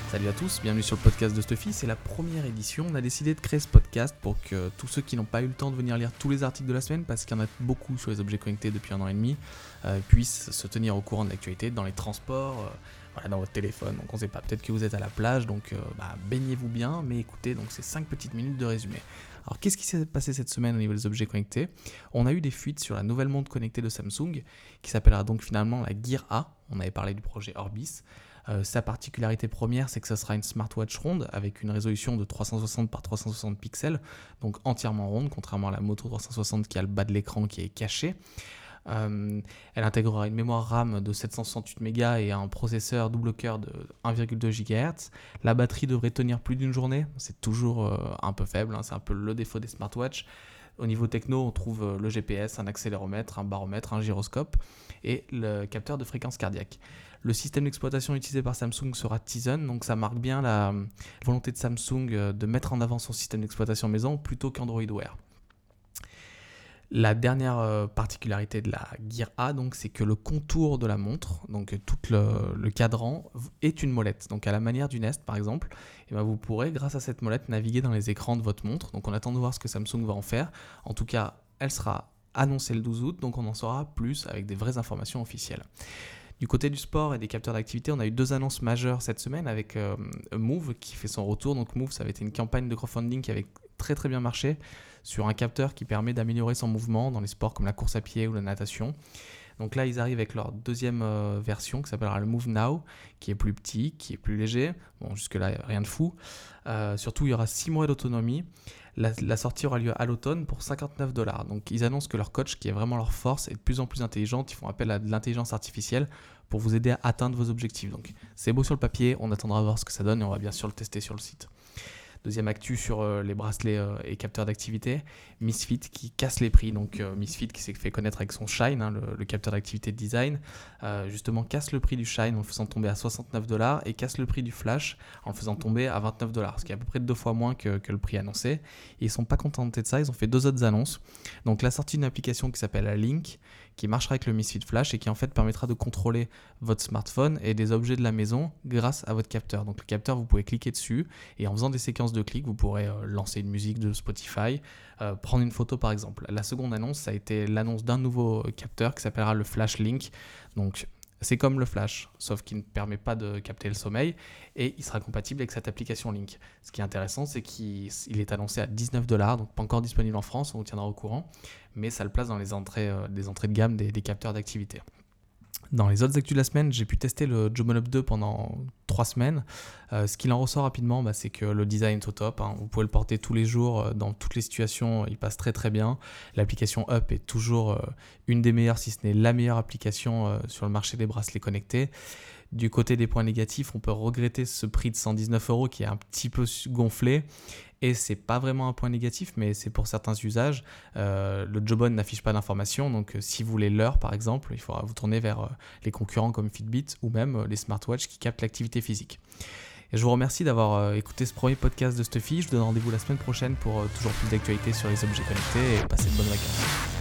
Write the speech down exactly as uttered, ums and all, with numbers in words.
Salut à tous, bienvenue sur le podcast de Stuffy, c'est la première édition. On a décidé de créer ce podcast pour que tous ceux qui n'ont pas eu le temps de venir lire tous les articles de la semaine, parce qu'il y en a beaucoup sur les objets connectés depuis un an et demi, euh, puissent se tenir au courant de l'actualité dans les transports, euh, voilà, dans votre téléphone. Donc on ne sait pas, peut-être que vous êtes à la plage, donc euh, bah, baignez-vous bien, mais écoutez, donc c'est cinq petites minutes de résumé. Alors qu'est-ce qui s'est passé cette semaine au niveau des objets connectés ? On a eu des fuites sur la nouvelle montre connectée de Samsung, qui s'appellera donc finalement la Gear A. On avait parlé du projet Orbis. Euh, sa particularité première, c'est que ce sera une smartwatch ronde avec une résolution de trois cent soixante par trois cent soixante pixels, donc entièrement ronde, contrairement à la Moto trois cent soixante qui a le bas de l'écran qui est caché. Euh, elle intégrera une mémoire RAM de sept cent soixante-huit mégas et un processeur double cœur de un virgule deux gigahertz. La batterie devrait tenir plus d'une journée, c'est toujours euh, un peu faible, hein, c'est un peu le défaut des smartwatches. Au niveau techno, on trouve le G P S, un accéléromètre, un baromètre, un gyroscope et le capteur de fréquence cardiaque. Le système d'exploitation utilisé par Samsung sera Tizen, donc ça marque bien la volonté de Samsung de mettre en avant son système d'exploitation maison plutôt qu'Android Wear. La dernière particularité de la Gear A, donc, c'est que le contour de la montre, donc tout le, le cadran, est une molette. Donc à la manière du Nest par exemple, et ben vous pourrez grâce à cette molette naviguer dans les écrans de votre montre. Donc on attend de voir ce que Samsung va en faire. En tout cas, elle sera annoncée le douze août, donc on en saura plus avec des vraies informations officielles. Du côté du sport et des capteurs d'activité, on a eu deux annonces majeures cette semaine avec euh, Move qui fait son retour. Donc Move, ça avait été une campagne de crowdfunding qui avait très très bien marché sur un capteur qui permet d'améliorer son mouvement dans les sports comme la course à pied ou la natation. Donc là, ils arrivent avec leur deuxième euh, version qui s'appellera le Move Now, qui est plus petit, qui est plus léger. Bon, jusque-là, rien de fou. Euh, surtout, il y aura six mois d'autonomie. La, la sortie aura lieu à l'automne pour cinquante-neuf dollars. Donc, ils annoncent que leur coach, qui est vraiment leur force, est de plus en plus intelligente. Ils font appel à de l'intelligence artificielle pour vous aider à atteindre vos objectifs. Donc, c'est beau sur le papier. On attendra à voir ce que ça donne et on va bien sûr le tester sur le site. Deuxième actu sur euh, les bracelets euh, et capteurs d'activité, Misfit qui casse les prix. Donc euh, Misfit qui s'est fait connaître avec son Shine, hein, le, le capteur d'activité de design, euh, justement casse le prix du Shine en le faisant tomber à soixante-neuf dollars et casse le prix du Flash en le faisant tomber à vingt-neuf dollars, ce qui est à peu près deux fois moins que, que le prix annoncé. Et ils ne sont pas contentés de ça, ils ont fait deux autres annonces. Donc la sortie d'une application qui s'appelle Link, qui marchera avec le Misfit Flash et qui en fait permettra de contrôler votre smartphone et des objets de la maison grâce à votre capteur. Donc le capteur, vous pouvez cliquer dessus et en faisant des séquences de clics, vous pourrez euh, lancer une musique de Spotify, euh, prendre une photo par exemple. La seconde annonce, ça a été l'annonce d'un nouveau capteur qui s'appellera le Flash Link. Donc c'est comme le Flash, sauf qu'il ne permet pas de capter le sommeil et il sera compatible avec cette application Link. Ce qui est intéressant, c'est qu'il il est annoncé à dix-neuf dollars, donc pas encore disponible en France, on vous tiendra au courant, mais ça le place dans les entrées, euh, des entrées de gamme des, des capteurs d'activité. Dans les autres actus de la semaine, j'ai pu tester le Jumon Up deux pendant trois semaines. Euh, ce qu'il en ressort rapidement, bah, c'est que le design est au top, hein. Vous pouvez le porter tous les jours, euh, dans toutes les situations, il passe très très bien. L'application Up est toujours euh, une des meilleures, si ce n'est la meilleure application euh, sur le marché des bracelets connectés. Du côté des points négatifs, on peut regretter ce prix de cent dix-neuf euros qui est un petit peu gonflé. Et c'est pas vraiment un point négatif, mais c'est pour certains usages. Euh, le Jawbone n'affiche pas d'informations, donc euh, si vous voulez l'heure par exemple, il faudra vous tourner vers euh, les concurrents comme Fitbit ou même euh, les smartwatches qui captent l'activité physique. Et je vous remercie d'avoir euh, écouté ce premier podcast de Stuffy. Je vous donne rendez-vous la semaine prochaine pour euh, toujours plus d'actualités sur les objets connectés et passez de bonnes vacances.